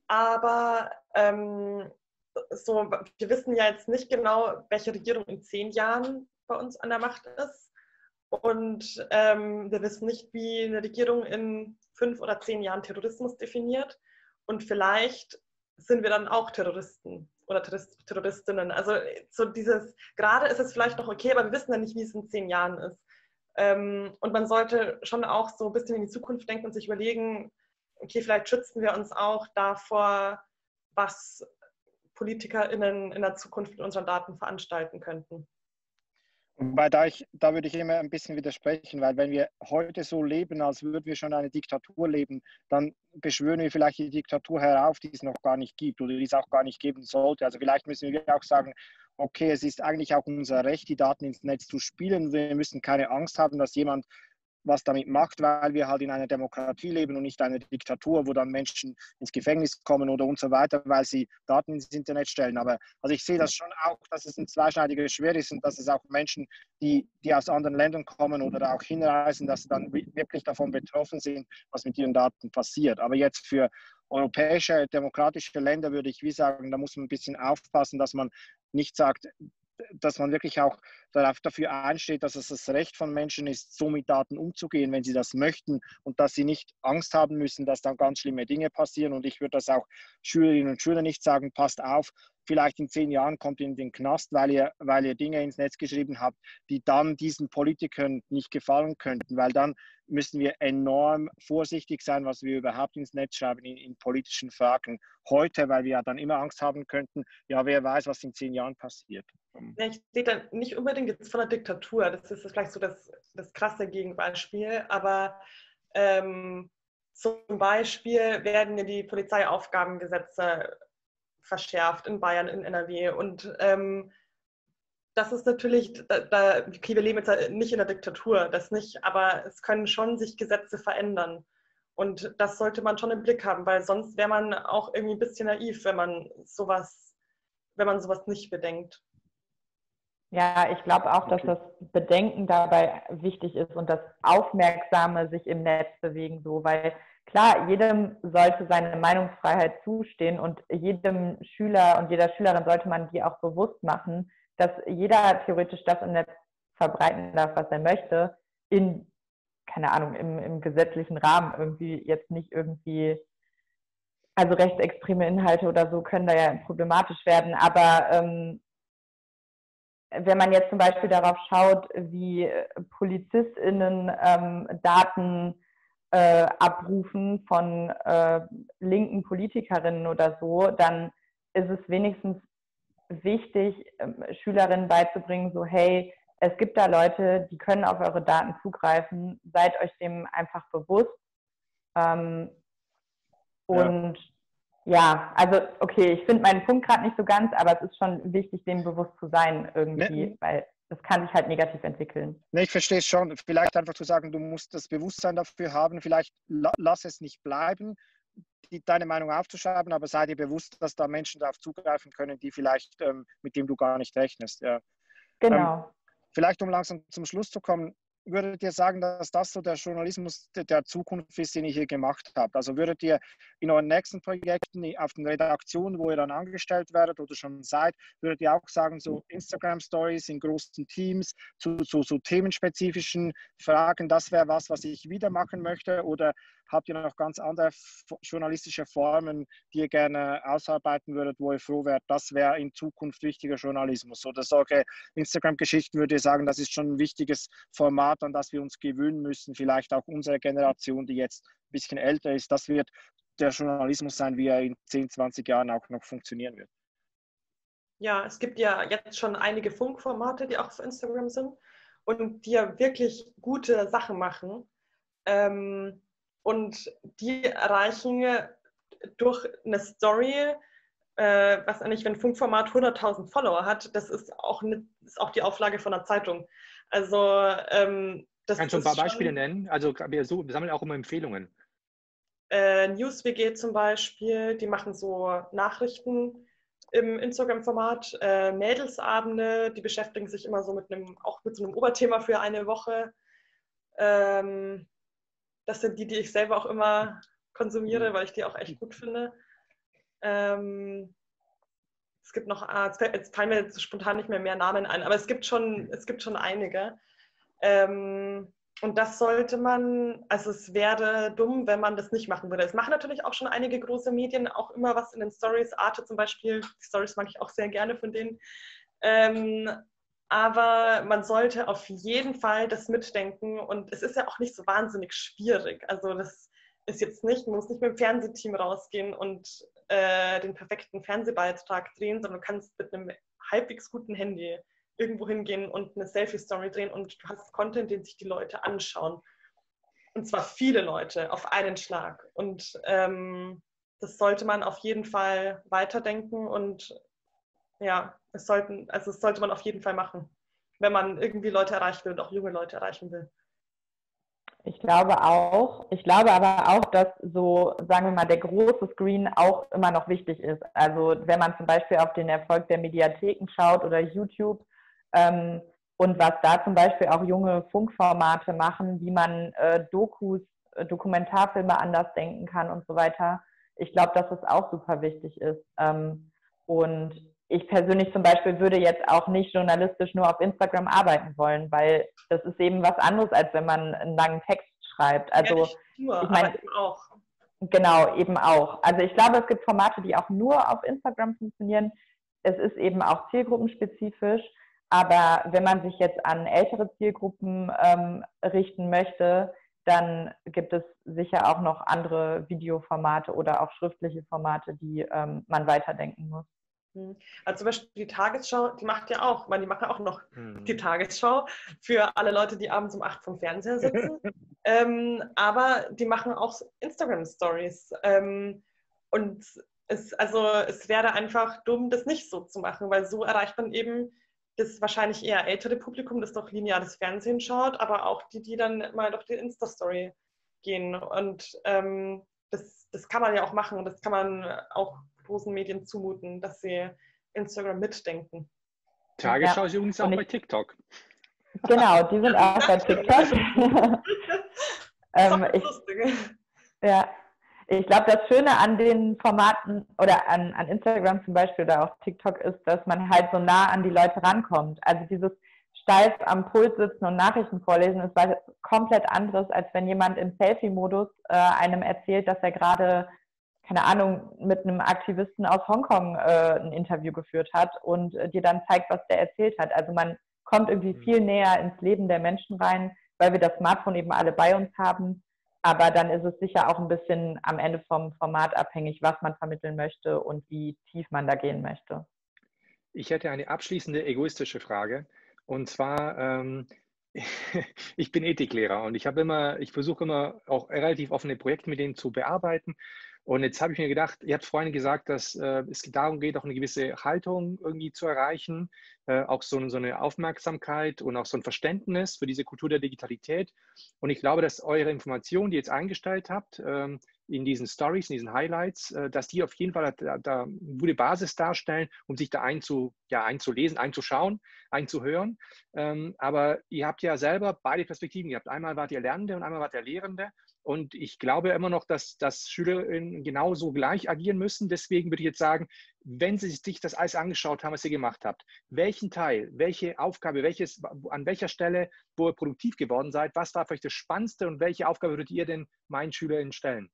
aber ähm, so, wir wissen ja jetzt nicht genau, welche Regierung in zehn Jahren bei uns an der Macht ist. Und ähm, wir wissen nicht, wie eine Regierung in fünf oder zehn Jahren Terrorismus definiert. Und vielleicht sind wir dann auch Terroristen oder Terrorist, Terroristinnen. Also so dieses, gerade ist es vielleicht noch okay, aber wir wissen ja nicht, wie es in zehn Jahren ist. Ähm, und man sollte schon auch so ein bisschen in die Zukunft denken und sich überlegen, okay, vielleicht schützen wir uns auch davor, was PolitikerInnen in der Zukunft mit unseren Daten veranstalten könnten. Wobei da, ich, da würde ich immer ein bisschen widersprechen, weil wenn wir heute so leben, als würden wir schon eine Diktatur leben, dann beschwören wir vielleicht die Diktatur herauf, die es noch gar nicht gibt oder die es auch gar nicht geben sollte. Also vielleicht müssen wir auch sagen, okay, es ist eigentlich auch unser Recht, die Daten ins Netz zu spielen. Wir müssen keine Angst haben, dass jemand was damit macht, weil wir halt in einer Demokratie leben und nicht eine Diktatur, wo dann Menschen ins Gefängnis kommen oder und so weiter, weil sie Daten ins Internet stellen. Aber also ich sehe das schon auch, dass es ein zweischneidiges Schwert ist und dass es auch Menschen, die, die aus anderen Ländern kommen oder auch hinreisen, dass sie dann wirklich davon betroffen sind, was mit ihren Daten passiert. Aber jetzt für europäische, demokratische Länder würde ich wie sagen, da muss man ein bisschen aufpassen, dass man nicht sagt, dass man wirklich auch darauf, dafür einsteht, dass es das Recht von Menschen ist, so mit Daten umzugehen, wenn sie das möchten und dass sie nicht Angst haben müssen, dass dann ganz schlimme Dinge passieren. Und ich würde das auch Schülerinnen und Schülern nicht sagen, passt auf, vielleicht in zehn Jahren kommt ihr in den Knast, weil ihr, weil ihr Dinge ins Netz geschrieben habt, die dann diesen Politikern nicht gefallen könnten, weil dann müssen wir enorm vorsichtig sein, was wir überhaupt ins Netz schreiben in, in politischen Fragen heute, weil wir ja dann immer Angst haben könnten, ja, wer weiß, was in zehn Jahren passiert. Ja, ich sehe dann nicht unbedingt jetzt von der Diktatur, das ist vielleicht so das, das krasse Gegenbeispiel, aber ähm, zum Beispiel werden ja die Polizeiaufgabengesetze verschärft in Bayern, in N R W und ähm, das ist natürlich, da, da, okay, wir leben jetzt nicht in der Diktatur, das nicht, aber es können schon sich Gesetze verändern. Und das sollte man schon im Blick haben, weil sonst wäre man auch irgendwie ein bisschen naiv, wenn man sowas, wenn man sowas nicht bedenkt. Ja, ich glaube auch, dass das Bedenken dabei wichtig ist und das Aufmerksame sich im Netz bewegen, so, weil klar, jedem sollte seine Meinungsfreiheit zustehen und jedem Schüler und jeder Schülerin sollte man die auch bewusst machen, dass jeder theoretisch das im Netz verbreiten darf, was er möchte, in, keine Ahnung, im, im gesetzlichen Rahmen irgendwie jetzt nicht irgendwie, also rechtsextreme Inhalte oder so können da ja problematisch werden, aber ähm, wenn man jetzt zum Beispiel darauf schaut, wie PolizistInnen ähm, Daten äh, abrufen von äh, linken Politikerinnen oder so, dann ist es wenigstens wichtig, ähm, Schülerinnen beizubringen, so hey, es gibt da Leute, die können auf eure Daten zugreifen, seid euch dem einfach bewusst. Ähm, und ja. Ja, also okay, ich finde meinen Punkt gerade nicht so ganz, aber es ist schon wichtig, dem bewusst zu sein irgendwie, ne, weil das kann sich halt negativ entwickeln. Ne, ich verstehe es schon. Vielleicht einfach zu sagen, du musst das Bewusstsein dafür haben, vielleicht la lass es nicht bleiben, die, deine Meinung aufzuschreiben, aber sei dir bewusst, dass da Menschen darauf zugreifen können, die vielleicht, ähm, mit dem du gar nicht rechnest. Ja. Genau. Ähm, vielleicht, um langsam zum Schluss zu kommen, würdet ihr sagen, dass das so der Journalismus der Zukunft ist, den ihr hier gemacht habt? Also würdet ihr in euren nächsten Projekten auf den Redaktionen, wo ihr dann angestellt werdet oder schon seid, würdet ihr auch sagen, so Instagram-Stories in großen Teams zu, zu, zu themenspezifischen Fragen, das wäre was, was ich wieder machen möchte? Oder habt ihr noch ganz andere journalistische Formen, die ihr gerne ausarbeiten würdet, wo ihr froh wärt, das wäre in Zukunft wichtiger Journalismus? Oder solche Instagram-Geschichten, würde ich sagen, das ist schon ein wichtiges Format, an das wir uns gewöhnen müssen, vielleicht auch unsere Generation, die jetzt ein bisschen älter ist. Das wird der Journalismus sein, wie er in zehn, zwanzig Jahren auch noch funktionieren wird. Ja, es gibt ja jetzt schon einige Funkformate, die auch auf Instagram sind und die ja wirklich gute Sachen machen. Ähm, und die erreichen durch eine Story, äh, was eigentlich, wenn ein Funkformat hunderttausend Follower hat, das ist auch, eine, ist auch die Auflage von einer Zeitung. Also ähm, das Kannst du ein paar Beispiele nennen? Also wir, so, wir sammeln auch immer Empfehlungen. Äh, NewsWG zum Beispiel, die machen so Nachrichten im Instagram-Format, äh, Mädelsabende, die beschäftigen sich immer so mit einem, auch mit so einem Oberthema für eine Woche. Ähm, das sind die, die ich selber auch immer konsumiere, weil ich die auch echt gut finde. Ähm, es gibt noch, ah, jetzt fallen mir jetzt spontan nicht mehr mehr Namen ein, aber es gibt schon, es gibt schon einige. Ähm, und das sollte man, also es wäre dumm, wenn man das nicht machen würde. Es machen natürlich auch schon einige große Medien auch immer was in den Stories. Arte zum Beispiel, die Stories mag ich auch sehr gerne von denen. Ähm, aber man sollte auf jeden Fall das mitdenken und es ist ja auch nicht so wahnsinnig schwierig. Also das ist jetzt nicht, man muss nicht mit dem Fernsehteam rausgehen und äh, den perfekten Fernsehbeitrag drehen, sondern du kannst mit einem halbwegs guten Handy irgendwo hingehen und eine Selfie-Story drehen und du hast Content, den sich die Leute anschauen. Und zwar viele Leute auf einen Schlag. Und ähm, das sollte man auf jeden Fall weiterdenken und ja, es sollten, also das sollte man auf jeden Fall machen, wenn man irgendwie Leute erreichen will und auch junge Leute erreichen will. Ich glaube auch. Ich glaube aber auch, dass so, sagen wir mal, der große Screen auch immer noch wichtig ist. Also wenn man zum Beispiel auf den Erfolg der Mediatheken schaut oder YouTube, Ähm, und was da zum Beispiel auch junge Funkformate machen, wie man äh, Dokus, äh, Dokumentarfilme anders denken kann und so weiter. Ich glaube, dass das auch super wichtig ist. Ähm, und ich persönlich zum Beispiel würde jetzt auch nicht journalistisch nur auf Instagram arbeiten wollen, weil das ist eben was anderes, als wenn man einen langen Text schreibt. Also ja, nicht nur, ich meine, aber eben auch. Genau, eben auch. Also ich glaube, es gibt Formate, die auch nur auf Instagram funktionieren. Es ist eben auch zielgruppenspezifisch. Aber wenn man sich jetzt an ältere Zielgruppen ähm, richten möchte, dann gibt es sicher auch noch andere Videoformate oder auch schriftliche Formate, die ähm, man weiterdenken muss. Also zum Beispiel die Tagesschau, die macht ja auch, man, die machen auch noch mhm. die Tagesschau für alle Leute, die abends um acht vom Fernseher sitzen. ähm, aber die machen auch Instagram-Stories. Ähm, und es, also, es wäre einfach dumm, das nicht so zu machen, weil so erreicht man eben das wahrscheinlich eher ältere Publikum, das doch lineares Fernsehen schaut, aber auch die, die dann mal durch die Insta-Story gehen. Und ähm, das, das kann man ja auch machen und das kann man auch großen Medien zumuten, dass sie Instagram mitdenken. Tagesschau Ja. ist übrigens Und auch ich, bei TikTok. genau, die sind auch bei TikTok. ähm, das ist ich, lustig. ja, ich glaube, das Schöne an den Formaten oder an, an Instagram zum Beispiel oder auch TikTok ist, dass man halt so nah an die Leute rankommt. Also dieses steif am Pult sitzen und Nachrichten vorlesen ist was komplett anderes, als wenn jemand im Selfie-Modus äh, einem erzählt, dass er gerade, keine Ahnung, mit einem Aktivisten aus Hongkong äh, ein Interview geführt hat und äh, dir dann zeigt, was der erzählt hat. Also man kommt irgendwie viel näher ins Leben der Menschen rein, weil wir das Smartphone eben alle bei uns haben. Aber dann ist es sicher auch ein bisschen am Ende vom Format abhängig, was man vermitteln möchte und wie tief man da gehen möchte. Ich hätte eine abschließende egoistische Frage. Und zwar, ähm, ich bin Ethiklehrer und ich habe immer, ich versuche immer auch relativ offene Projekte mit denen zu bearbeiten. Und jetzt habe ich mir gedacht, ihr habt vorhin gesagt, dass äh, es darum geht, auch eine gewisse Haltung irgendwie zu erreichen, äh, auch so, so eine Aufmerksamkeit und auch so ein Verständnis für diese Kultur der Digitalität. Und ich glaube, dass eure Informationen, die ihr jetzt eingestellt habt, ähm, in diesen Stories, in diesen Highlights, äh, dass die auf jeden Fall da, da eine gute Basis darstellen, um sich da einzu, ja, einzulesen, einzuschauen, einzuhören. Ähm, aber ihr habt ja selber beide Perspektiven gehabt. Einmal wart ihr Lernende und einmal wart ihr Lehrende. Und ich glaube immer noch, dass, dass Schülerinnen genauso gleich agieren müssen. Deswegen würde ich jetzt sagen, wenn Sie sich das alles angeschaut haben, was ihr gemacht habt, welchen Teil, welche Aufgabe, welches, an welcher Stelle, wo ihr produktiv geworden seid, was war für euch das Spannendste und welche Aufgabe würdet ihr denn meinen Schülerinnen stellen?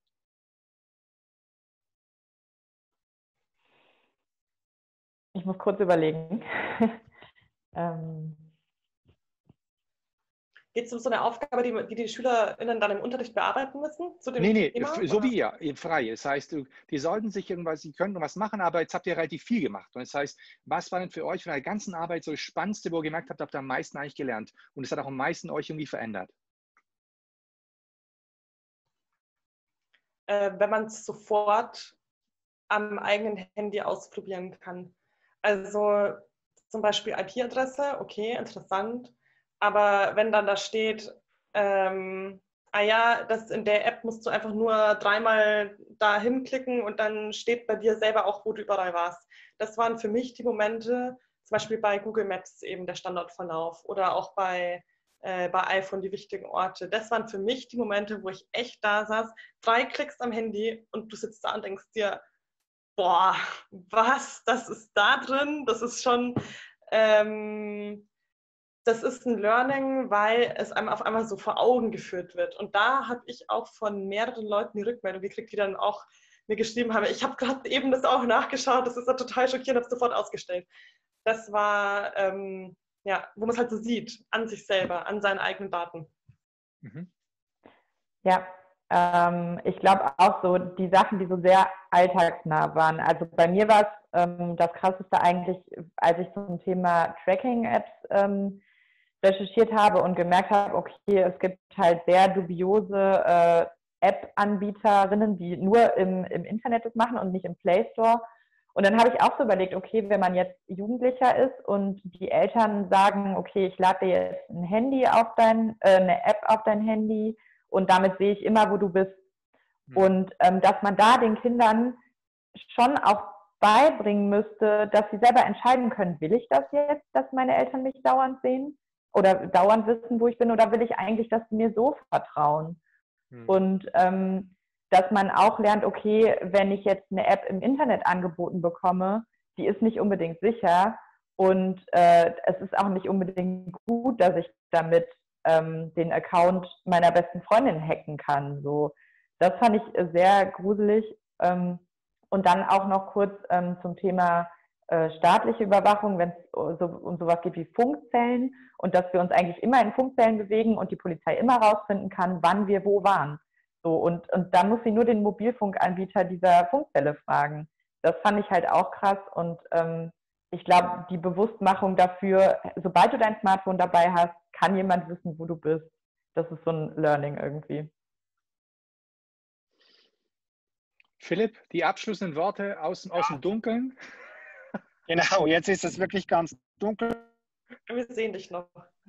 Ich muss kurz überlegen. ähm, Geht es um so eine Aufgabe, die, die die SchülerInnen dann im Unterricht bearbeiten müssen zu dem Nee, nee, Thema? so Oder? wie ihr, ihr frei. Das heißt, die sollten sich irgendwas, sie könnten was machen, aber jetzt habt ihr relativ viel gemacht. Und das heißt, was war denn für euch von der ganzen Arbeit so das Spannendste, wo ihr gemerkt habt, habt ihr am meisten eigentlich gelernt? Und es hat auch am meisten euch irgendwie verändert? Äh, wenn man es sofort am eigenen Handy ausprobieren kann. Also zum Beispiel I P-Adresse, okay, interessant. Aber wenn dann da steht, ähm, ah ja, das in der App musst du einfach nur dreimal da hinklicken und dann steht bei dir selber auch, wo du überall warst. Das waren für mich die Momente, zum Beispiel bei Google Maps eben der Standortverlauf oder auch bei, äh, bei iPhone die wichtigen Orte. Das waren für mich die Momente, wo ich echt da saß, drei Klicks am Handy und du sitzt da und denkst dir, boah, was, das ist da drin, das ist schon, ähm, das ist ein Learning, weil es einem auf einmal so vor Augen geführt wird. Und da habe ich auch von mehreren Leuten die Rückmeldung gekriegt, die dann auch mir geschrieben haben, ich habe gerade eben das auch nachgeschaut, das ist ja total schockierend, habe es sofort ausgestellt. Das war, ähm, ja, wo man es halt so sieht, an sich selber, an seinen eigenen Daten. Mhm. Ja, ähm, ich glaube auch so die Sachen, die so sehr alltagsnah waren. Also bei mir war es ähm, das Krasseste eigentlich, als ich zum Thema Tracking-Apps ähm, recherchiert habe und gemerkt habe, okay, es gibt halt sehr dubiose äh, App-Anbieterinnen, die nur im, im Internet das machen und nicht im Play Store. Und dann habe ich auch so überlegt, okay, wenn man jetzt Jugendlicher ist und die Eltern sagen, okay, ich lade dir jetzt ein Handy auf dein, äh, eine App auf dein Handy und damit sehe ich immer, wo du bist. Mhm. Und ähm, dass man da den Kindern schon auch beibringen müsste, dass sie selber entscheiden können, will ich das jetzt, dass meine Eltern mich dauernd sehen oder dauernd wissen, wo ich bin, oder will ich eigentlich, dass sie mir so vertrauen? Mhm. Und ähm, dass man auch lernt, okay, wenn ich jetzt eine App im Internet angeboten bekomme, die ist nicht unbedingt sicher und äh, es ist auch nicht unbedingt gut, dass ich damit ähm, den Account meiner besten Freundin hacken kann. So, das fand ich sehr gruselig. Ähm, und dann auch noch kurz ähm, zum Thema äh, staatliche Überwachung, wenn es so, um sowas geht wie Funkzellen und dass wir uns eigentlich immer in Funkzellen bewegen und die Polizei immer rausfinden kann, wann wir wo waren. So, und, und dann muss sie nur den Mobilfunkanbieter dieser Funkzelle fragen. Das fand ich halt auch krass und ähm, ich glaube, die Bewusstmachung dafür, sobald du dein Smartphone dabei hast, kann jemand wissen, wo du bist. Das ist so ein Learning irgendwie. Philipp, die abschließenden Worte aus, aus dem Dunkeln. Genau, jetzt ist es wirklich ganz dunkel. Wir sehen dich noch.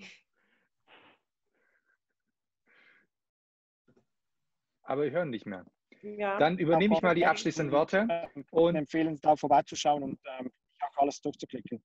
Aber wir hören nicht mehr. Ja. Dann übernehme ich mal die abschließenden Worte. Und empfehlen, da vorbeizuschauen und ähm, auch alles durchzuklicken.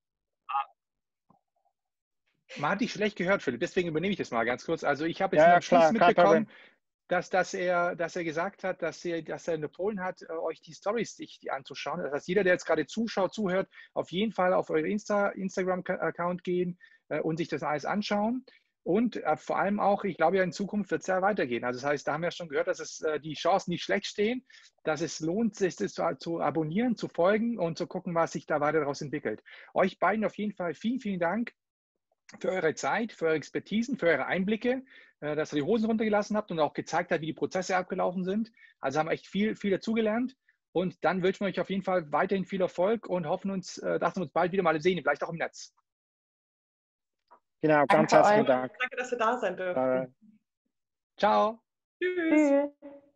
Man hat dich schlecht gehört, Philipp, deswegen übernehme ich das mal ganz kurz. Also ich habe jetzt Ja, nur ja, am Schluss klar, kein mitbekommen, Problem. dass, dass, er, dass er gesagt hat, dass er, dass er in Polen hat, äh, euch die Stories sich die anzuschauen. Das heißt, jeder, der jetzt gerade zuschaut, zuhört, auf jeden Fall auf euren Insta, Instagram-Account gehen äh, und sich das alles anschauen. Und äh, vor allem auch, ich glaube ja, in Zukunft wird es ja weitergehen. Also das heißt, da haben wir ja schon gehört, dass es äh, die Chancen nicht schlecht stehen, dass es lohnt, sich das zu, zu abonnieren, zu folgen und zu gucken, was sich da weiter daraus entwickelt. Euch beiden auf jeden Fall vielen, vielen Dank für eure Zeit, für eure Expertisen, für eure Einblicke, äh, dass ihr die Hosen runtergelassen habt und auch gezeigt habt, wie die Prozesse abgelaufen sind. Also haben echt viel, viel dazugelernt. Und dann wünschen wir euch auf jeden Fall weiterhin viel Erfolg und hoffen uns, äh, dass wir uns bald wieder mal sehen, vielleicht auch im Netz. Genau, ganz Danke herzlichen euch. Dank. Danke, dass wir da sein dürfen. Äh, Ciao. Tschüss. Tschüss.